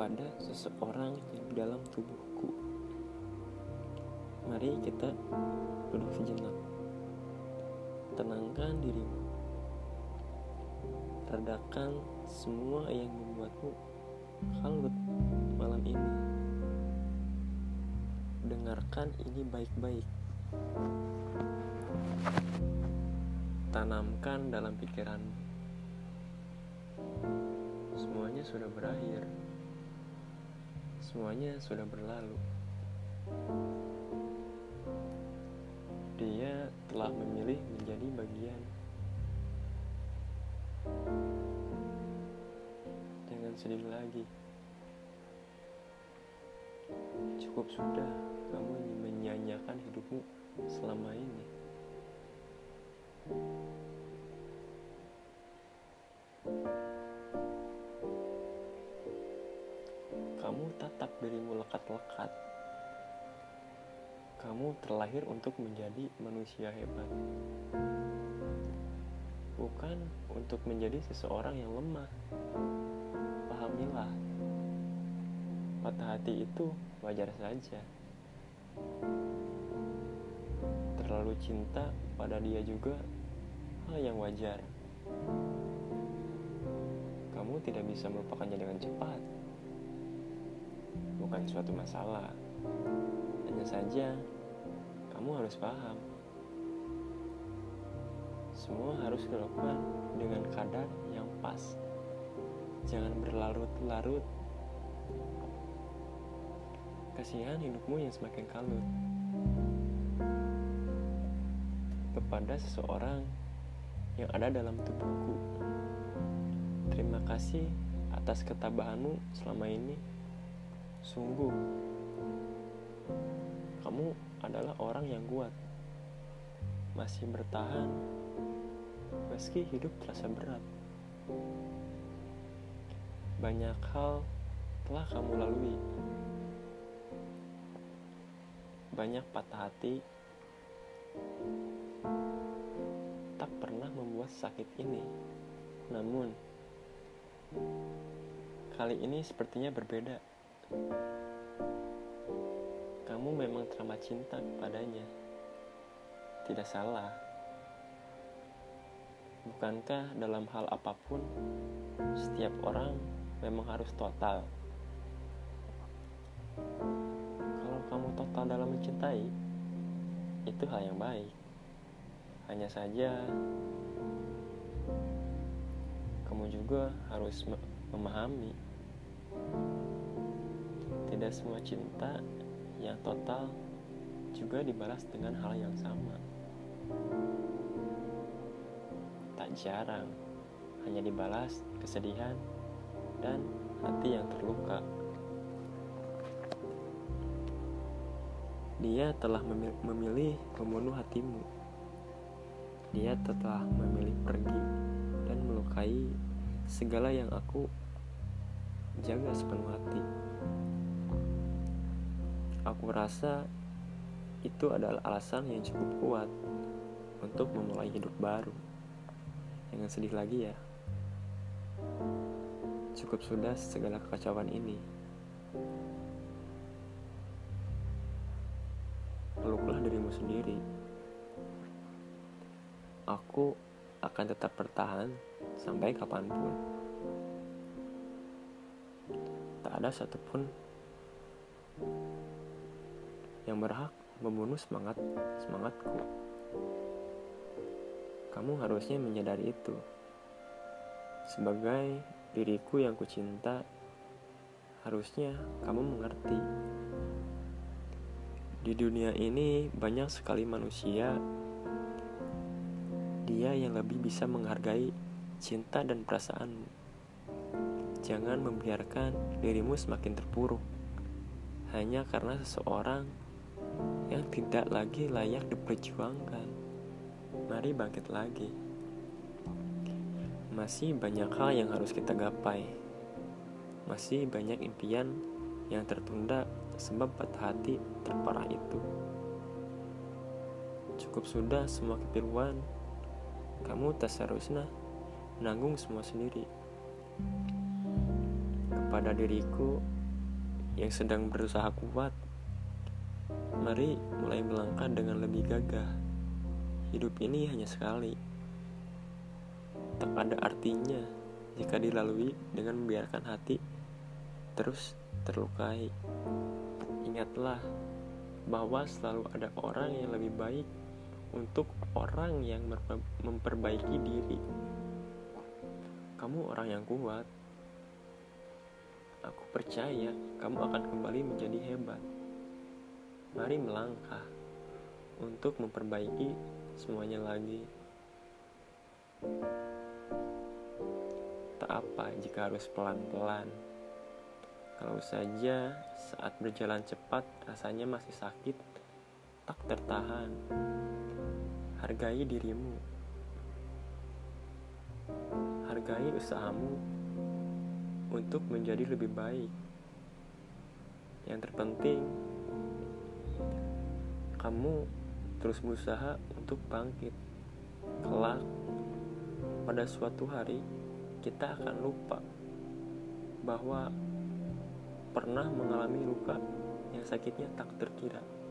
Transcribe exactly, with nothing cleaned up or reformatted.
kepada seseorang yang di dalam tubuhku. Mari kita duduk sejenak. Tenangkan dirimu. Redakan semua yang membuatmu kalut malam ini. Dengarkan ini baik-baik. Tanamkan dalam pikiranmu. Semuanya sudah berakhir. Semuanya sudah berlalu. Dia telah memilih menjadi bagian. Jangan sedih lagi. Cukup sudah kamu menyanyiakan hidupmu selama ini. Kamu tatap dirimu lekat-lekat. Kamu terlahir untuk menjadi manusia hebat, bukan untuk menjadi seseorang yang lemah. Pahamilah, patah hati itu wajar saja. Terlalu cinta pada dia juga hal yang wajar. Kamu tidak bisa melupakannya dengan cepat. Bukan suatu masalah. Hanya saja kamu harus paham, semua harus dilakukan dengan kadar yang pas. Jangan berlarut-larut. Kasihan hidupmu yang semakin kalut kepada seseorang yang ada dalam tubuhku. Terima kasih atas ketabahanmu selama ini. Sungguh, kamu adalah orang yang kuat, masih bertahan meski hidup terasa berat. Banyak hal telah kamu lalui, banyak patah hati, tak pernah membuat sakit ini. Namun, kali ini sepertinya berbeda. Kamu memang teramat cinta kepadanya. Tidak salah. Bukankah dalam hal apapun, setiap orang memang harus total? Kalau kamu total dalam mencintai, itu hal yang baik. Hanya saja, kamu juga harus memahami, tidak semua cinta yang total juga dibalas dengan hal yang sama. Tak jarang hanya dibalas kesedihan dan hati yang terluka. Dia telah memilih membunuh hatimu. Dia telah memilih pergi dan melukai segala yang aku jaga sepenuh hati. Aku rasa itu adalah alasan yang cukup kuat untuk memulai hidup baru. Jangan sedih lagi ya. Cukup sudah segala kekacauan ini. Peluklah dirimu sendiri. Aku akan tetap bertahan sampai kapanpun. Tak ada satupun yang berhak membunuh semangat semangatku. Kamu harusnya menyadari itu. Sebagai diriku yang kucinta, harusnya kamu mengerti. Di dunia ini banyak sekali manusia, dia yang lebih bisa menghargai cinta dan perasaanmu. Jangan membiarkan dirimu semakin terpuruk hanya karena seseorang yang tidak lagi layak diperjuangkan. Mari bangkit lagi. Masih banyak hal yang harus kita gapai. Masih banyak impian yang tertunda sebab patah hati terparah itu. Cukup sudah semua kepiluan. Kamu tak seharusnya menanggung semua sendiri. kepada diriku yang sedang berusaha kuat. Mari mulai melangkah dengan lebih gagah. Hidup ini hanya sekali. Tak ada artinya jika dilalui dengan membiarkan hati terus terlukai. Ingatlah bahwa selalu ada orang yang lebih baik untuk orang yang memperbaiki diri. Kamu orang yang kuat. Aku percaya kamu akan kembali menjadi hebat. Mari melangkah untuk memperbaiki semuanya lagi. Tak apa jika harus pelan-pelan. Kalau saja saat berjalan cepat rasanya masih sakit, tak tertahan. Hargai dirimu. Hargai usahamu untuk menjadi lebih baik. Yang terpenting, kamu terus berusaha untuk bangkit. Kelak, pada suatu hari, kita akan lupa bahwa pernah mengalami luka yang sakitnya tak terkira.